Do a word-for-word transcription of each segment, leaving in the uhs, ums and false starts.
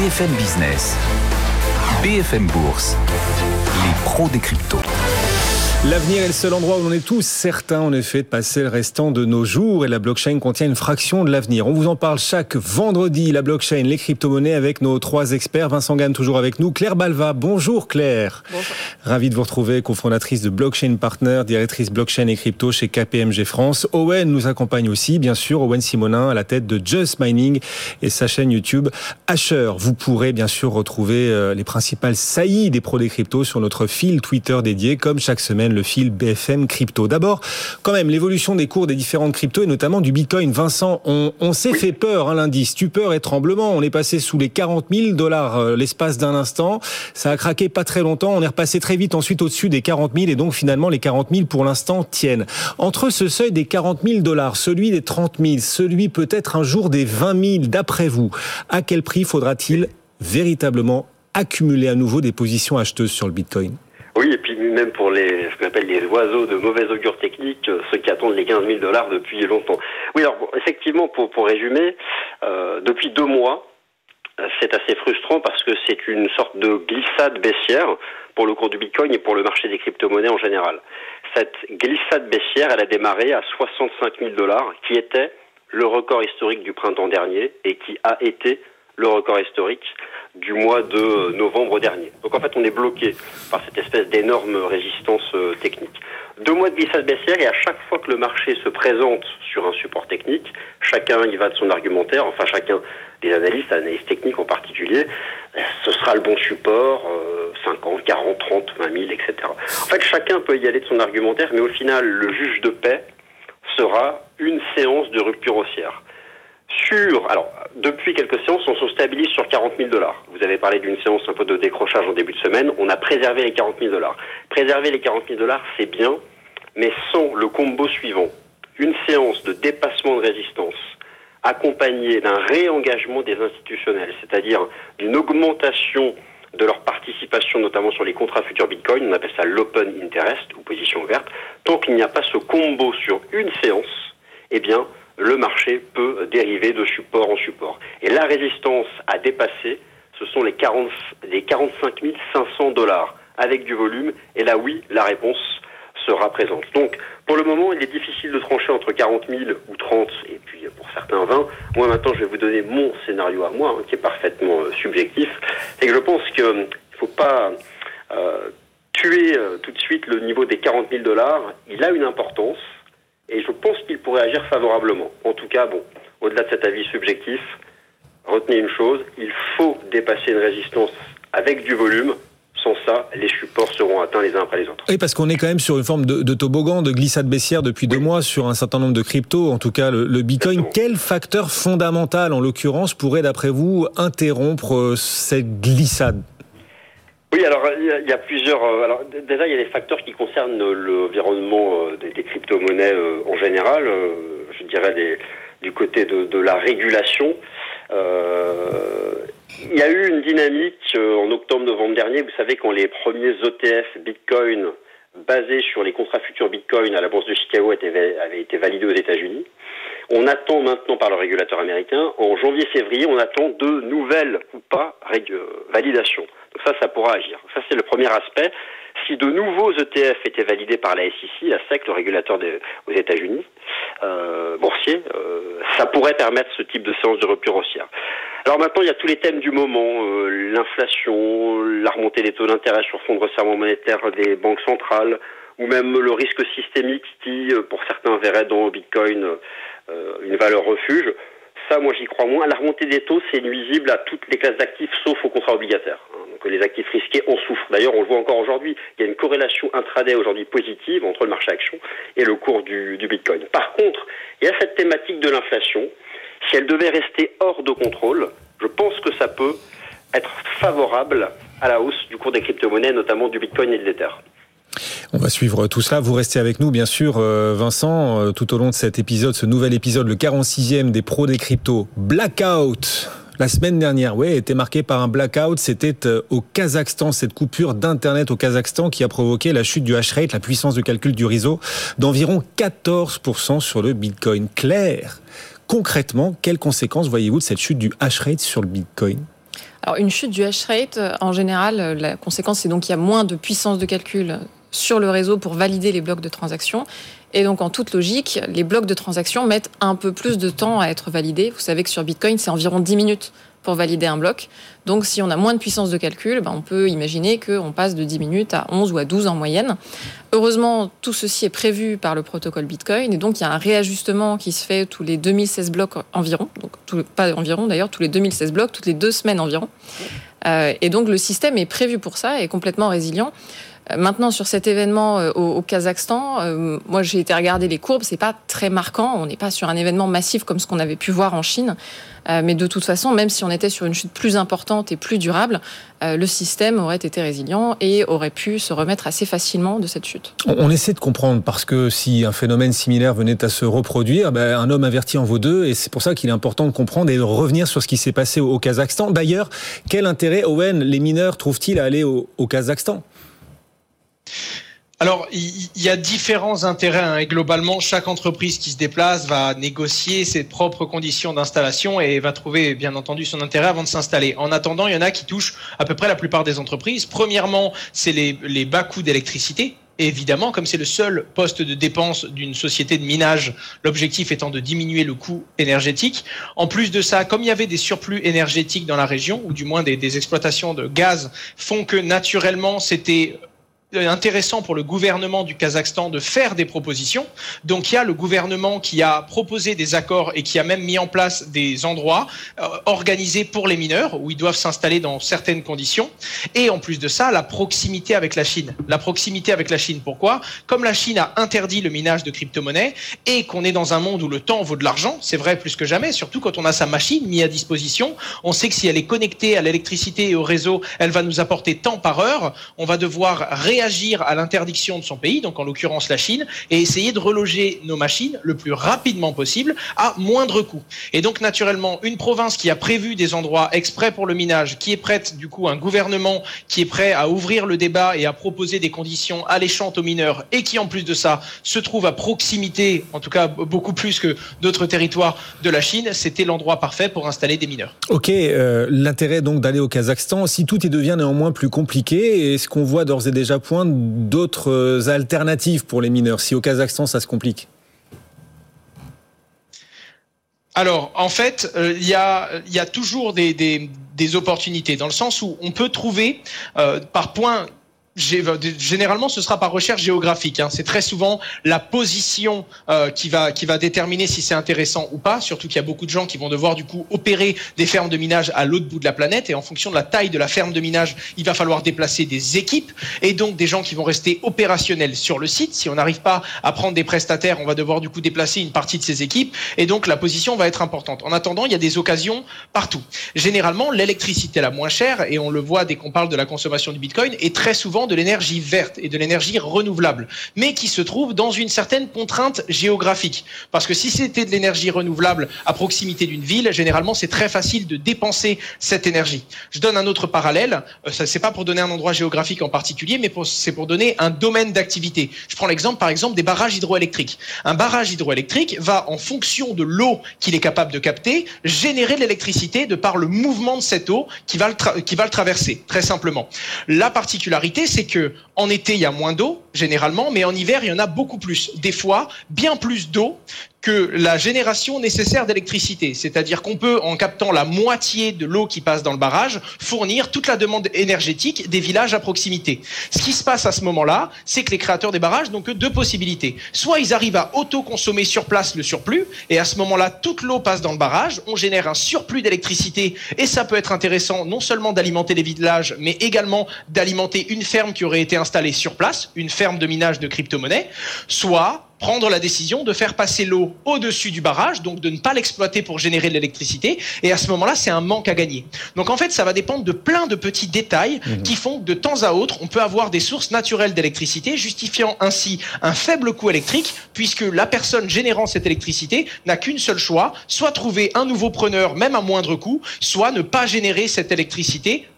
F M Business, B F M Bourse, les pros des cryptos. L'avenir est le seul endroit où on est tous certains, en effet, de passer le restant de nos jours. Et la blockchain contient une fraction de l'avenir. On vous en parle chaque vendredi, la blockchain, les crypto-monnaies, avec nos trois experts. Vincent Gann, toujours avec nous. Claire Balva, bonjour Claire. Bonjour. Ravi de vous retrouver, cofondatrice de Blockchain Partner, directrice blockchain et crypto chez K P M G France. Owen nous accompagne aussi, bien sûr, Owen Simonin, à la tête de Just Mining et sa chaîne YouTube Asher. Vous pourrez, bien sûr, retrouver les principales saillies des pros des cryptos sur notre fil Twitter dédié, comme chaque semaine, le fil B F M Crypto. D'abord, quand même, l'évolution des cours des différentes cryptos et notamment du Bitcoin. Vincent, on, on s'est oui. fait peur hein, lundi, stupeur et tremblement. On est passé sous les quarante mille dollars euh, l'espace d'un instant. Ça a craqué pas très longtemps. On est repassé très vite ensuite au-dessus des quarante mille et donc finalement les quarante mille pour l'instant tiennent. Entre ce seuil des quarante mille dollars, celui des trente mille, celui peut-être un jour des vingt mille, d'après vous, à quel prix faudra-t-il véritablement accumuler à nouveau des positions acheteuses sur le Bitcoin ? Oui, et puis même pour les, ce qu'on appelle les oiseaux de mauvais augure technique, ceux qui attendent les quinze mille dollars depuis longtemps. Oui, alors effectivement, pour, pour résumer, euh, depuis deux mois, c'est assez frustrant parce que c'est une sorte de glissade baissière pour le cours du Bitcoin et pour le marché des crypto-monnaies en général. Cette glissade baissière, elle a démarré à soixante-cinq mille dollars, qui était le record historique du printemps dernier et qui a été le record historique du mois de novembre dernier. Donc en fait, on est bloqué par cette espèce d'énorme résistance euh, technique. Deux mois de glissade baissière et à chaque fois que le marché se présente sur un support technique, chacun y va de son argumentaire, enfin chacun, les analystes, analystes techniques en particulier, ce sera le bon support, euh, cinquante, quarante, trente, vingt mille, et cetera. En fait, chacun peut y aller de son argumentaire, mais au final, le juge de paix sera une séance de rupture haussière. Sur, alors, depuis quelques séances, on se stabilise sur quarante mille dollars. Vous avez parlé d'une séance un peu de décrochage en début de semaine. On a préservé les quarante mille dollars. Préserver les quarante mille dollars, c'est bien, mais sans le combo suivant. Une séance de dépassement de résistance accompagnée d'un réengagement des institutionnels, c'est-à-dire d'une augmentation de leur participation, notamment sur les contrats futurs Bitcoin. On appelle ça l'open interest, ou position ouverte. Tant qu'il n'y a pas ce combo sur une séance, eh bien, le marché peut dériver de support en support. Et la résistance à dépasser, ce sont les, quarante, les quarante-cinq mille cinq cents dollars avec du volume. Et là, oui, la réponse sera présente. Donc, pour le moment, il est difficile de trancher entre quarante mille ou trente, et puis pour certains vingt. Moi, maintenant, je vais vous donner mon scénario à moi, hein, qui est parfaitement euh, subjectif. C'est que je pense qu'il ne faut pas euh, tuer euh, tout de suite le niveau des quarante mille dollars. Il a une importance. Et je pense qu'il pourrait agir favorablement. En tout cas, bon, au-delà de cet avis subjectif, retenez une chose, il faut dépasser une résistance avec du volume. Sans ça, les supports seront atteints les uns après les autres. Oui, parce qu'on est quand même sur une forme de, de toboggan, de glissade baissière depuis oui. deux mois sur un certain nombre de cryptos, en tout cas le, le Bitcoin. Exactement. Quel facteur fondamental, en l'occurrence, pourrait, d'après vous, interrompre cette glissade ? Oui, alors il y, y a plusieurs. Euh, alors déjà, il y a des facteurs qui concernent l'environnement euh, des, des crypto-monnaies euh, en général. Euh, je dirais des, du côté de, de la régulation. Euh, il y a eu une dynamique euh, en octobre-novembre dernier. Vous savez, quand les premiers E T F Bitcoin basés sur les contrats futurs Bitcoin à la bourse de Chicago avaient, avaient été validés aux États-Unis. On attend maintenant par le régulateur américain, en janvier-février, on attend de nouvelles ou pas rég- validations. Donc ça, ça pourra agir. Ça, c'est le premier aspect. Si de nouveaux E T F étaient validés par la S E C, la S E C, le régulateur des, aux États-Unis, euh, boursier, euh, ça pourrait permettre ce type de séance de rupture haussière. Alors maintenant, il y a tous les thèmes du moment, euh, l'inflation, la remontée des taux d'intérêt sur fonds de resserrement monétaire des banques centrales, ou même le risque systémique qui, pour certains, verrait dans le Bitcoin euh, une valeur refuge. Ça, moi, j'y crois moins. La remontée des taux, c'est nuisible à toutes les classes d'actifs, sauf aux contrats obligataires. Donc, les actifs risqués en souffrent. D'ailleurs, on le voit encore aujourd'hui. Il y a une corrélation intraday aujourd'hui positive entre le marché action et le cours du, du Bitcoin. Par contre, il y a cette thématique de l'inflation. Si elle devait rester hors de contrôle, je pense que ça peut être favorable à la hausse du cours des crypto-monnaies, notamment du Bitcoin et de l'Ether. On va suivre tout cela. Vous restez avec nous, bien sûr, Vincent, tout au long de cet épisode, ce nouvel épisode, le quarante-sixième des pros des cryptos. Blackout. La semaine dernière, oui, était marquée par un blackout. C'était au Kazakhstan, cette coupure d'Internet au Kazakhstan qui a provoqué la chute du hash rate, la puissance de calcul du réseau, d'environ quatorze pour cent sur le Bitcoin. Claire, concrètement, quelles conséquences voyez-vous de cette chute du hash rate sur le Bitcoin ? Alors, une chute du hash rate, en général, la conséquence, c'est donc qu'il y a moins de puissance de calcul sur le réseau pour valider les blocs de transactions. Et donc, en toute logique, les blocs de transactions mettent un peu plus de temps à être validés. Vous savez que sur Bitcoin, c'est environ dix minutes pour valider un bloc. Donc, si on a moins de puissance de calcul, ben, on peut imaginer qu'on passe de dix minutes à onze ou à douze en moyenne. Heureusement, tout ceci est prévu par le protocole Bitcoin. Et donc, il y a un réajustement qui se fait tous les deux mille seize blocs environ. Donc, tout, pas environ d'ailleurs, tous les deux mille seize blocs, toutes les deux semaines environ. Euh, et donc, le système est prévu pour ça et est complètement résilient. Maintenant, sur cet événement euh, au, au Kazakhstan, euh, moi j'ai été regarder les courbes, c'est pas très marquant, on n'est pas sur un événement massif comme ce qu'on avait pu voir en Chine, euh, mais de toute façon, même si on était sur une chute plus importante et plus durable, euh, le système aurait été résilient et aurait pu se remettre assez facilement de cette chute. On, on essaie de comprendre, parce que si un phénomène similaire venait à se reproduire, ben, un homme averti en vaut deux, et c'est pour ça qu'il est important de comprendre et de revenir sur ce qui s'est passé au, au Kazakhstan. D'ailleurs, quel intérêt, Owen, les mineurs trouvent-ils à aller au, au Kazakhstan ? Alors, il y a différents intérêts, hein, et globalement, chaque entreprise qui se déplace va négocier ses propres conditions d'installation et va trouver, bien entendu, son intérêt avant de s'installer. En attendant, il y en a qui touchent à peu près la plupart des entreprises. Premièrement, c'est les, les bas coûts d'électricité. Et évidemment, comme c'est le seul poste de dépense d'une société de minage, l'objectif étant de diminuer le coût énergétique. En plus de ça, comme il y avait des surplus énergétiques dans la région, ou du moins des, des exploitations de gaz, font que naturellement, c'était intéressant pour le gouvernement du Kazakhstan de faire des propositions. Donc il y a le gouvernement qui a proposé des accords et qui a même mis en place des endroits euh, organisés pour les mineurs où ils doivent s'installer dans certaines conditions. Et en plus de ça, la proximité avec la Chine. La proximité avec la Chine, pourquoi ? Comme la Chine a interdit le minage de crypto-monnaies et qu'on est dans un monde où le temps vaut de l'argent, c'est vrai plus que jamais, surtout quand on a sa machine mise à disposition, on sait que si elle est connectée à l'électricité et au réseau, elle va nous apporter tant par heure, on va devoir réagir agir à l'interdiction de son pays, donc en l'occurrence la Chine, et essayer de reloger nos machines le plus rapidement possible à moindre coût. Et donc naturellement, une province qui a prévu des endroits exprès pour le minage, qui est prête, du coup, un gouvernement qui est prêt à ouvrir le débat et à proposer des conditions alléchantes aux mineurs, et qui en plus de ça se trouve à proximité, en tout cas beaucoup plus que d'autres territoires de la Chine, c'était l'endroit parfait pour installer des mineurs. Ok, euh, l'intérêt donc d'aller au Kazakhstan, si tout y devient néanmoins plus compliqué, est-ce qu'on voit d'ores et déjà point d'autres alternatives pour les mineurs, si au Kazakhstan ça se complique ? Alors, en fait, il euh, y a, y a toujours des, des, des opportunités, dans le sens où on peut trouver euh, par point. Généralement, ce sera par recherche géographique. Hein. C'est très souvent la position euh, qui va qui va déterminer si c'est intéressant ou pas. Surtout qu'il y a beaucoup de gens qui vont devoir du coup opérer des fermes de minage à l'autre bout de la planète. Et en fonction de la taille de la ferme de minage, il va falloir déplacer des équipes et donc des gens qui vont rester opérationnels sur le site. Si on n'arrive pas à prendre des prestataires, on va devoir du coup déplacer une partie de ces équipes. Et donc la position va être importante. En attendant, il y a des occasions partout. Généralement, l'électricité la moins chère, et on le voit dès qu'on parle de la consommation du Bitcoin, est très souvent de l'énergie verte et de l'énergie renouvelable, mais qui se trouve dans une certaine contrainte géographique. Parce que si c'était de l'énergie renouvelable à proximité d'une ville, généralement c'est très facile de dépenser cette énergie. Je donne un autre parallèle, ça c'est pas pour donner un endroit géographique en particulier, mais pour, c'est pour donner un domaine d'activité. Je prends l'exemple par exemple des barrages hydroélectriques. Un barrage hydroélectrique va, en fonction de l'eau qu'il est capable de capter, générer de l'électricité de par le mouvement de cette eau qui va le, tra- qui va le traverser, très simplement. La particularité, c'est que en été, il y a moins d'eau, généralement, mais en hiver, il y en a beaucoup plus. Des fois, bien plus d'eau que la génération nécessaire d'électricité. C'est-à-dire qu'on peut, en captant la moitié de l'eau qui passe dans le barrage, fournir toute la demande énergétique des villages à proximité. Ce qui se passe à ce moment-là, c'est que les créateurs des barrages n'ont que deux possibilités. Soit ils arrivent à auto-consommer sur place le surplus, et à ce moment-là, toute l'eau passe dans le barrage, on génère un surplus d'électricité, et ça peut être intéressant non seulement d'alimenter les villages, mais également d'alimenter une ferme qui aurait été installée sur place, une ferme de minage de crypto-monnaies, soit prendre la décision de faire passer l'eau au-dessus du barrage, donc de ne pas l'exploiter pour générer de l'électricité, et à ce moment-là, c'est un manque à gagner. Donc en fait, ça va dépendre de plein de petits détails mmh. qui font que de temps à autre, on peut avoir des sources naturelles d'électricité, justifiant ainsi un faible coût électrique, puisque la personne générant cette électricité n'a qu'une seule choix, soit trouver un nouveau preneur, même à moindre coût, soit ne pas générer cette électricité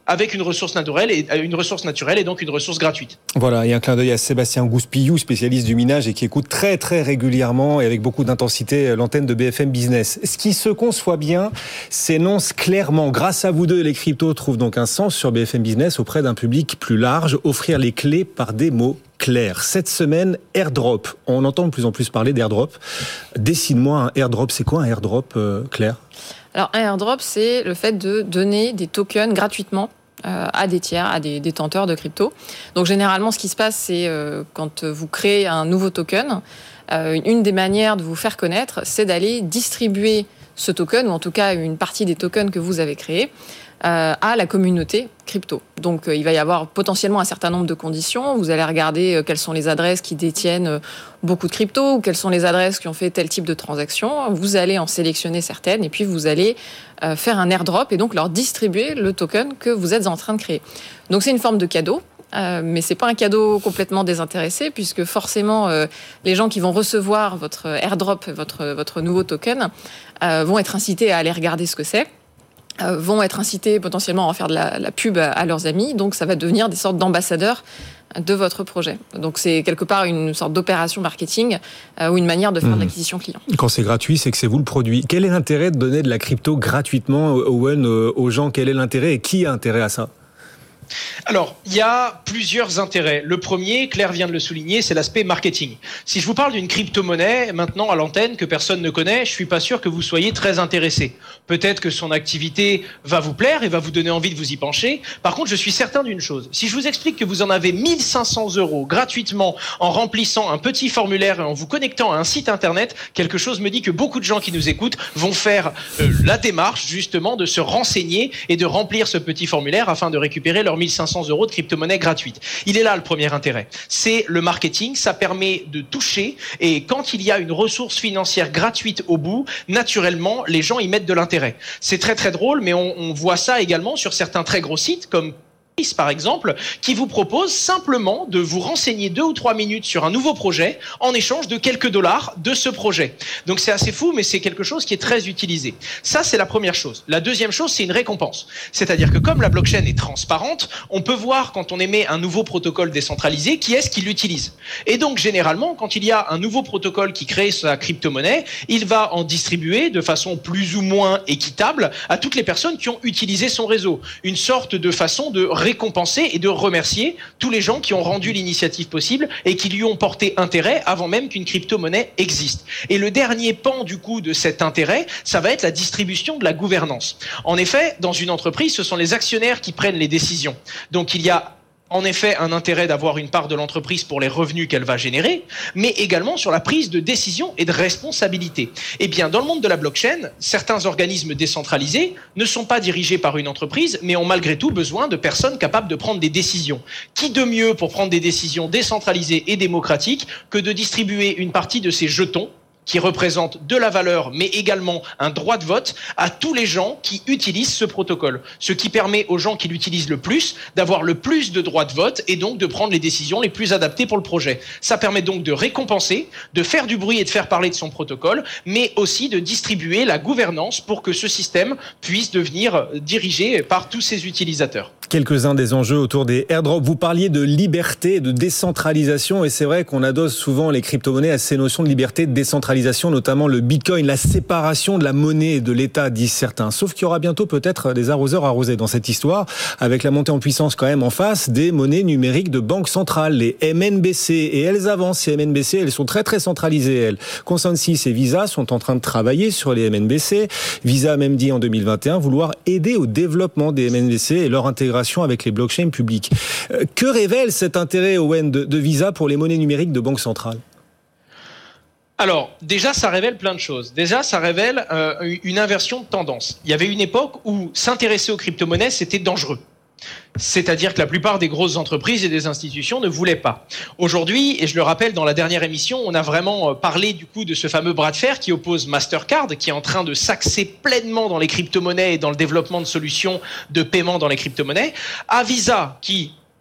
avec une ressource naturelle et une ressource naturelle et donc une ressource gratuite. Voilà, et un clin d'œil à Sébastien Gouspillou, spécialiste du minage et qui écoute très très régulièrement et avec beaucoup d'intensité l'antenne de B F M Business. Ce qui se conçoit bien s'énonce clairement. Grâce à vous deux, les cryptos trouvent donc un sens sur B F M Business auprès d'un public plus large. Offrir les clés par des mots clairs. Cette semaine, airdrop. On entend de plus en plus parler d'airdrop. Dessine-moi un airdrop. C'est quoi un airdrop, euh, Claire ? Alors, un airdrop, c'est le fait de donner des tokens gratuitement euh, à des tiers, à des détenteurs de crypto. Donc, généralement, ce qui se passe, c'est euh, quand vous créez un nouveau token, euh, une des manières de vous faire connaître, c'est d'aller distribuer ce token, ou en tout cas une partie des tokens que vous avez créés, euh, à la communauté crypto. Donc, euh, il va y avoir potentiellement un certain nombre de conditions. Vous allez regarder euh, quelles sont les adresses qui détiennent euh, beaucoup de crypto ou quelles sont les adresses qui ont fait tel type de transaction. Vous allez en sélectionner certaines et puis vous allez euh, faire un airdrop et donc leur distribuer le token que vous êtes en train de créer. Donc, c'est une forme de cadeau. Euh, mais c'est pas un cadeau complètement désintéressé puisque forcément euh, les gens qui vont recevoir votre airdrop, votre votre nouveau token, euh, vont être incités à aller regarder ce que c'est, euh, vont être incités potentiellement à en faire de la, la pub à, à leurs amis. Donc ça va devenir des sortes d'ambassadeurs de votre projet. Donc c'est quelque part une sorte d'opération marketing euh, ou une manière de faire mmh. de l'acquisition client. Quand c'est gratuit, c'est que c'est vous le produit. Quel est l'intérêt de donner de la crypto gratuitement, Owen, aux gens ? Quel est l'intérêt et qui a intérêt à ça ? Alors, il y a plusieurs intérêts. Le premier, Claire vient de le souligner, c'est l'aspect marketing. Si je vous parle d'une crypto-monnaie, maintenant à l'antenne, que personne ne connaît, je suis pas sûr que vous soyez très intéressé. Peut-être que son activité va vous plaire et va vous donner envie de vous y pencher. Par contre, je suis certain d'une chose. Si je vous explique que vous en avez mille cinq cents euros gratuitement en remplissant un petit formulaire et en vous connectant à un site internet, quelque chose me dit que beaucoup de gens qui nous écoutent vont faire euh, la démarche justement de se renseigner et de remplir ce petit formulaire afin de récupérer leur mille cinq cents euros de crypto-monnaie gratuite. Il est là le premier intérêt. C'est le marketing, ça permet de toucher et quand il y a une ressource financière gratuite au bout, naturellement, les gens y mettent de l'intérêt. C'est très très drôle, mais on, on voit ça également sur certains très gros sites comme par exemple, qui vous propose simplement de vous renseigner deux ou trois minutes sur un nouveau projet en échange de quelques dollars de ce projet. Donc c'est assez fou, mais c'est quelque chose qui est très utilisé. Ça, c'est la première chose. La deuxième chose, c'est une récompense. C'est-à-dire que comme la blockchain est transparente, on peut voir quand on émet un nouveau protocole décentralisé, qui est-ce qui l'utilise. Et donc, généralement, quand il y a un nouveau protocole qui crée sa crypto-monnaie, il va en distribuer de façon plus ou moins équitable à toutes les personnes qui ont utilisé son réseau. Une sorte de façon de récompenser et de remercier tous les gens qui ont rendu l'initiative possible et qui lui ont porté intérêt avant même qu'une crypto-monnaie existe. Et le dernier pan du coup de cet intérêt, ça va être la distribution de la gouvernance. En effet, dans une entreprise, ce sont les actionnaires qui prennent les décisions. Donc il y a en effet un intérêt d'avoir une part de l'entreprise pour les revenus qu'elle va générer, mais également sur la prise de décision et de responsabilité. Eh bien, dans le monde de la blockchain, certains organismes décentralisés ne sont pas dirigés par une entreprise, mais ont malgré tout besoin de personnes capables de prendre des décisions. Qui de mieux pour prendre des décisions décentralisées et démocratiques que de distribuer une partie de ces jetons qui représente de la valeur, mais également un droit de vote à tous les gens qui utilisent ce protocole. Ce qui permet aux gens qui l'utilisent le plus d'avoir le plus de droits de vote et donc de prendre les décisions les plus adaptées pour le projet. Ça permet donc de récompenser, de faire du bruit et de faire parler de son protocole, mais aussi de distribuer la gouvernance pour que ce système puisse devenir dirigé par tous ses utilisateurs. Quelques-uns des enjeux autour des airdrops. Vous parliez de liberté, de décentralisation, et c'est vrai qu'on adosse souvent les crypto-monnaies à ces notions de liberté, de décentralisation, notamment le bitcoin, la séparation de la monnaie et de l'État, disent certains. Sauf qu'il y aura bientôt peut-être des arroseurs arrosés dans cette histoire, avec la montée en puissance quand même en face des monnaies numériques de banque centrale, les M N B C, et elles avancent, ces M N B C, elles sont très très centralisées, elles. Consensus et Visa sont en train de travailler sur les M N B C. Visa a même dit en deux mille vingt et un vouloir aider au développement des M N B C et leur intégration avec les blockchains publiques. Que révèle cet intérêt, Owen, de, de Visa pour les monnaies numériques de banque centrale ? Alors, déjà, ça révèle plein de choses. Déjà, ça révèle euh, une inversion de tendance. Il y avait une époque où s'intéresser aux crypto-monnaies, c'était dangereux. C'est-à-dire que la plupart des grosses entreprises et des institutions ne voulaient pas. Aujourd'hui, et je le rappelle dans la dernière émission, on a vraiment parlé du coup de ce fameux bras de fer qui oppose Mastercard, qui est en train de s'axer pleinement dans les crypto-monnaies et dans le développement de solutions de paiement dans les crypto-monnaies, à Visa, qui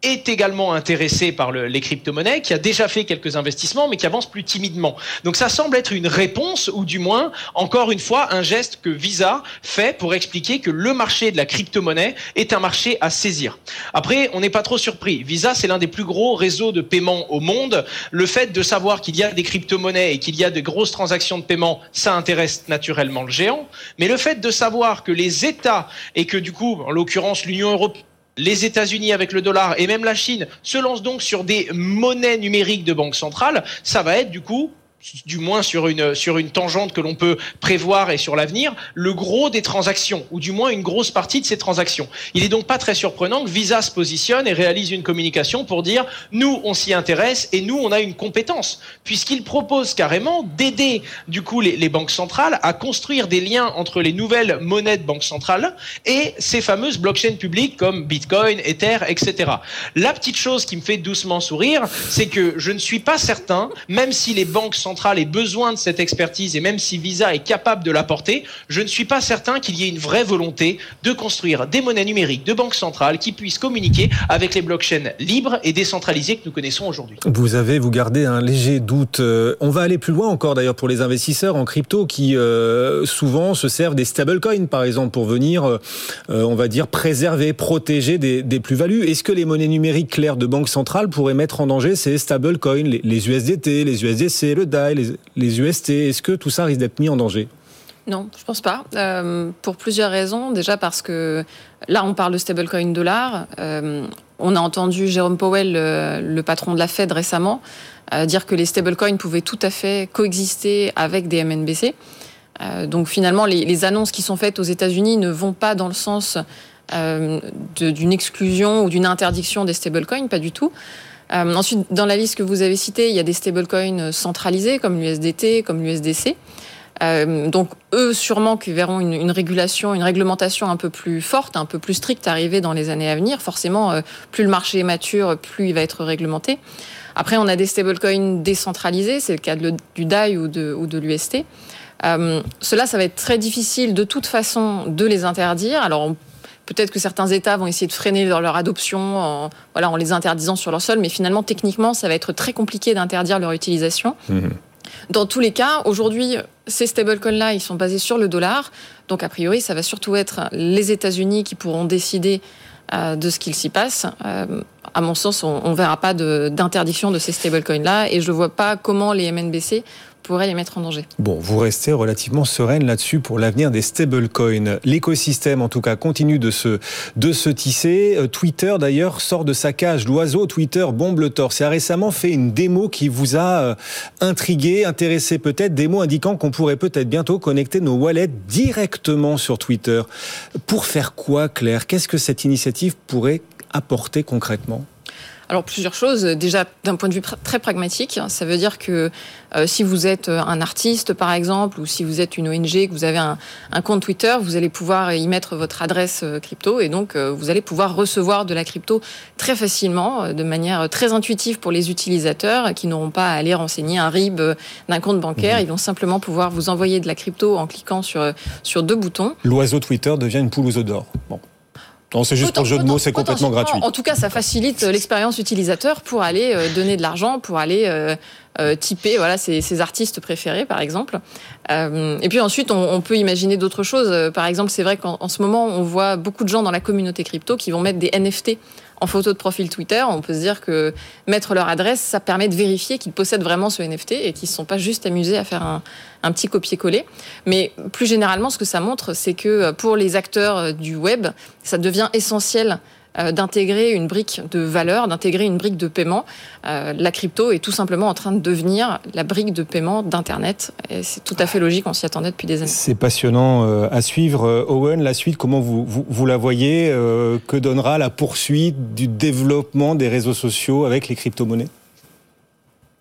est également intéressé par le, les crypto-monnaies, qui a déjà fait quelques investissements, mais qui avance plus timidement. Donc ça semble être une réponse, ou du moins, encore une fois, un geste que Visa fait pour expliquer que le marché de la crypto-monnaie est un marché à saisir. Après, on n'est pas trop surpris. Visa, c'est l'un des plus gros réseaux de paiement au monde. Le fait de savoir qu'il y a des crypto-monnaies et qu'il y a de grosses transactions de paiement, ça intéresse naturellement le géant. Mais le fait de savoir que les États, et que du coup, en l'occurrence l'Union européenne, les États-Unis avec le dollar et même la Chine se lancent donc sur des monnaies numériques de banque centrale, ça va être du coup, du moins sur une sur une tangente que l'on peut prévoir et sur l'avenir, le gros des transactions, ou du moins une grosse partie de ces transactions. Il est donc pas très surprenant que Visa se positionne et réalise une communication pour dire « nous, on s'y intéresse et nous, on a une compétence », puisqu'il propose carrément d'aider du coup les, les banques centrales à construire des liens entre les nouvelles monnaies de banque centrale et ces fameuses blockchains publiques comme Bitcoin, Ether, et cetera. La petite chose qui me fait doucement sourire, c'est que je ne suis pas certain, même si les banques centrales ait besoin de cette expertise et même si Visa est capable de l'apporter, je ne suis pas certain qu'il y ait une vraie volonté de construire des monnaies numériques de banque centrale qui puissent communiquer avec les blockchains libres et décentralisées que nous connaissons aujourd'hui. Vous avez, vous gardez un léger doute. On va aller plus loin encore d'ailleurs pour les investisseurs en crypto qui euh, souvent se servent des stablecoins par exemple pour venir, euh, on va dire, préserver, protéger des, des plus-values. Est-ce que les monnaies numériques claires de banque centrale pourraient mettre en danger ces stablecoins, les, les U S D T, les U S D C, le D A I, Les, les U S T, est-ce que tout ça risque d'être mis en danger ? Non, je pense pas. Euh, pour plusieurs raisons. Déjà parce que là, on parle de stablecoin dollar. Euh, on a entendu Jérôme Powell, le, le patron de la Fed récemment, euh, dire que les stablecoins pouvaient tout à fait coexister avec des M N B C. Euh, donc finalement, les, les annonces qui sont faites aux États-Unis ne vont pas dans le sens euh, de, d'une exclusion ou d'une interdiction des stablecoins, pas du tout. Euh, ensuite, dans la liste que vous avez citée, il y a des stablecoins centralisés comme l'U S D T, comme l'U S D C. Euh, donc, eux, sûrement, qui verront une, une régulation, une réglementation un peu plus forte, un peu plus stricte arriver dans les années à venir. Forcément, euh, plus le marché est mature, plus il va être réglementé. Après, on a des stablecoins décentralisés, c'est le cas de, du D A I ou de, ou de l'U S T. Euh, cela, ça va être très difficile de toute façon de les interdire. Alors, on Peut-être que certains États vont essayer de freiner leur, leur adoption en, voilà, en les interdisant sur leur sol, mais finalement, techniquement, ça va être très compliqué d'interdire leur utilisation. Mmh. Dans tous les cas, aujourd'hui, ces stablecoins-là, ils sont basés sur le dollar. Donc, a priori, ça va surtout être les États-Unis qui pourront décider euh, de ce qu'il s'y passe. Euh, à mon sens, on ne verra pas de, d'interdiction de ces stablecoins-là et je ne vois pas comment les M N B C pourrait les mettre en danger. Bon, vous restez relativement sereine là-dessus pour l'avenir des stablecoins. L'écosystème, en tout cas, continue de se, de se tisser. Twitter, d'ailleurs, sort de sa cage. L'oiseau Twitter bombe le torse. Il a récemment fait une démo qui vous a intrigué, intéressé peut-être, démo indiquant qu'on pourrait peut-être bientôt connecter nos wallets directement sur Twitter. Pour faire quoi, Claire ? Qu'est-ce que cette initiative pourrait apporter concrètement ? Alors, plusieurs choses. Déjà, d'un point de vue pr- très pragmatique, ça veut dire que euh, si vous êtes un artiste, par exemple, ou si vous êtes une O N G, que vous avez un, un compte Twitter, vous allez pouvoir y mettre votre adresse euh, crypto et donc euh, vous allez pouvoir recevoir de la crypto très facilement, euh, de manière très intuitive pour les utilisateurs qui n'auront pas à aller renseigner un R I B euh, d'un compte bancaire. Mmh. Ils vont simplement pouvoir vous envoyer de la crypto en cliquant sur, sur deux boutons. L'oiseau Twitter devient une poule aux œufs d'or. Bon. Non, c'est juste Autant, pour le jeu de mots, c'est complètement gratuit. En tout cas, ça facilite l'expérience utilisateur pour aller euh, donner de l'argent, pour aller euh, euh, typer voilà, ses, ses artistes préférés, par exemple. Euh, et puis ensuite, on, on peut imaginer d'autres choses. Par exemple, c'est vrai qu'en en ce moment, on voit beaucoup de gens dans la communauté crypto qui vont mettre des N F T en photo de profil Twitter. On peut se dire que mettre leur adresse, ça permet de vérifier qu'ils possèdent vraiment ce N F T et qu'ils ne se sont pas juste amusés à faire un, un petit copier-coller. Mais plus généralement, ce que ça montre, c'est que pour les acteurs du web, ça devient essentiel d'intégrer une brique de valeur, d'intégrer une brique de paiement. Euh, la crypto est tout simplement en train de devenir la brique de paiement d'Internet. Et c'est tout à fait logique, on s'y attendait depuis des années. C'est passionnant euh, à suivre. Owen, la suite, comment vous, vous, vous la voyez euh, que donnera la poursuite du développement des réseaux sociaux avec les crypto-monnaies ?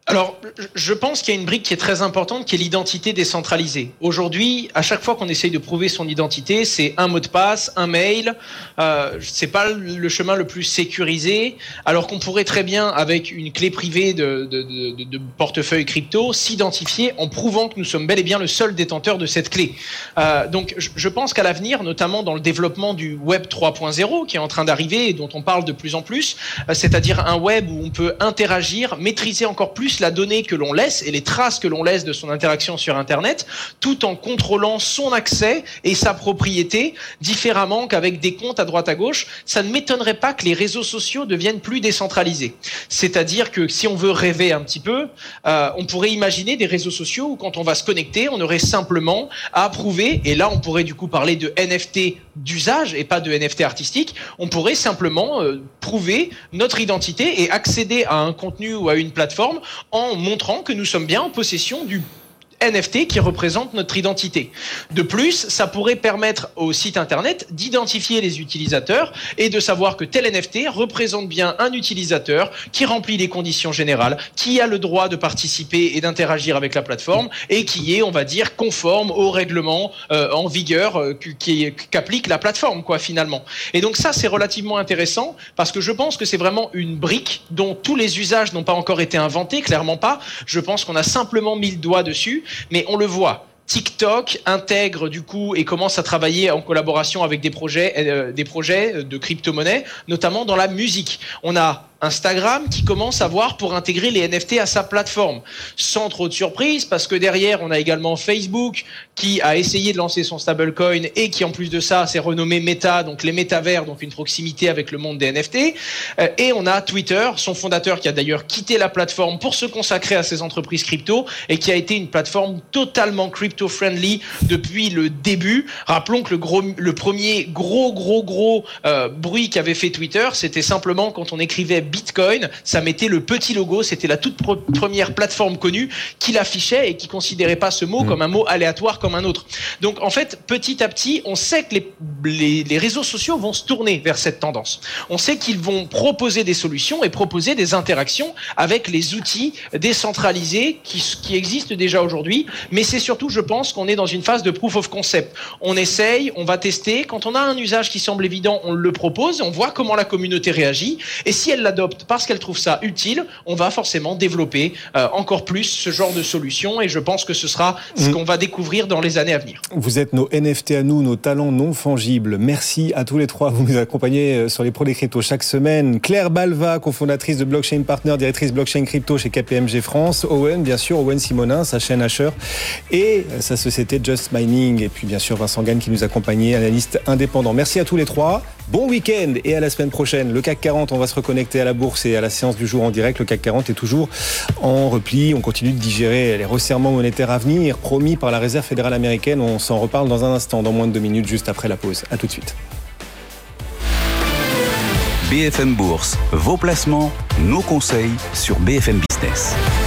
Alors, je pense qu'il y a une brique qui est très importante, qui est l'identité décentralisée. Aujourd'hui, à chaque fois qu'on essaye de prouver son identité, c'est un mot de passe, un mail. Euh, c'est pas le chemin le plus sécurisé, alors qu'on pourrait très bien, avec une clé privée de, de, de, de portefeuille crypto, s'identifier en prouvant que nous sommes bel et bien le seul détenteur de cette clé. Euh, donc, je pense qu'à l'avenir, notamment dans le développement du web trois point zéro, qui est en train d'arriver et dont on parle de plus en plus, euh, c'est-à-dire un web où on peut interagir, maîtriser encore plus la donnée que l'on laisse et les traces que l'on laisse de son interaction sur Internet, tout en contrôlant son accès et sa propriété différemment qu'avec des comptes à droite à gauche. Ça ne m'étonnerait pas que les réseaux sociaux deviennent plus décentralisés. C'est-à-dire que si on veut rêver un petit peu, euh, on pourrait imaginer des réseaux sociaux où quand on va se connecter, on aurait simplement à approuver, et là on pourrait du coup parler de N F T d'usage et pas de N F T artistique, on pourrait simplement euh, prouver notre identité et accéder à un contenu ou à une plateforme en montrant que nous sommes bien en possession du N F T qui représente notre identité. De plus, ça pourrait permettre au site internet d'identifier les utilisateurs et de savoir que tel N F T représente bien un utilisateur qui remplit les conditions générales, qui a le droit de participer et d'interagir avec la plateforme et qui est, on va dire, conforme aux règlements euh, en vigueur euh, qui, qu'applique la plateforme, quoi, finalement. Et donc ça, c'est relativement intéressant parce que je pense que c'est vraiment une brique dont tous les usages n'ont pas encore été inventés, clairement pas. Je pense qu'on a simplement mis le doigt dessus. Mais on le voit, TikTok intègre du coup et commence à travailler en collaboration avec des projets, euh, des projets de crypto-monnaie, notamment dans la musique. On a Instagram qui commence à voir pour intégrer les N F T à sa plateforme. Sans trop de surprise, parce que derrière, on a également Facebook qui a essayé de lancer son stablecoin et qui, en plus de ça, s'est renommé Meta, donc les métavers, donc une proximité avec le monde des N F T. Et on a Twitter, son fondateur qui a d'ailleurs quitté la plateforme pour se consacrer à ses entreprises crypto et qui a été une plateforme totalement crypto-friendly depuis le début. Rappelons que le, gros, le premier gros, gros, gros euh, bruit qu'avait fait Twitter, c'était simplement quand on écrivait Bitcoin, ça mettait le petit logo, c'était la toute pro- première plateforme connue qui l'affichait et qui considérait pas ce mot mmh. comme un mot aléatoire comme un autre. Donc en fait, petit à petit, on sait que les, les, les réseaux sociaux vont se tourner vers cette tendance. On sait qu'ils vont proposer des solutions et proposer des interactions avec les outils décentralisés qui, qui existent déjà aujourd'hui, mais c'est surtout, je pense, qu'on est dans une phase de proof of concept. On essaye, on va tester, quand on a un usage qui semble évident, on le propose, on voit comment la communauté réagit, et si elle l'adopte parce qu'elle trouve ça utile, on va forcément développer euh, encore plus ce genre de solutions et je pense que ce sera ce qu'on va découvrir dans les années à venir. Vous êtes nos N F T à nous, nos talents non fongibles. Merci à tous les trois. Vous nous accompagnez sur les pros des cryptos chaque semaine. Claire Balva, cofondatrice de Blockchain Partner, directrice Blockchain Crypto chez K P M G France. Owen, bien sûr, Owen Simonin, sa chaîne Asher et sa société Just Mining. Et puis bien sûr Vincent Gagne qui nous accompagnait, analyste indépendant. Merci à tous les trois. Bon week-end et à la semaine prochaine. Le C A C quarante, on va se reconnecter à la bourse et à la séance du jour en direct. Le C A C quarante est toujours en repli. On continue de digérer les resserrements monétaires à venir promis par la Réserve fédérale américaine. On s'en reparle dans un instant, dans moins de deux minutes, juste après la pause. À tout de suite. B F M Bourse, vos placements, nos conseils sur B F M Business.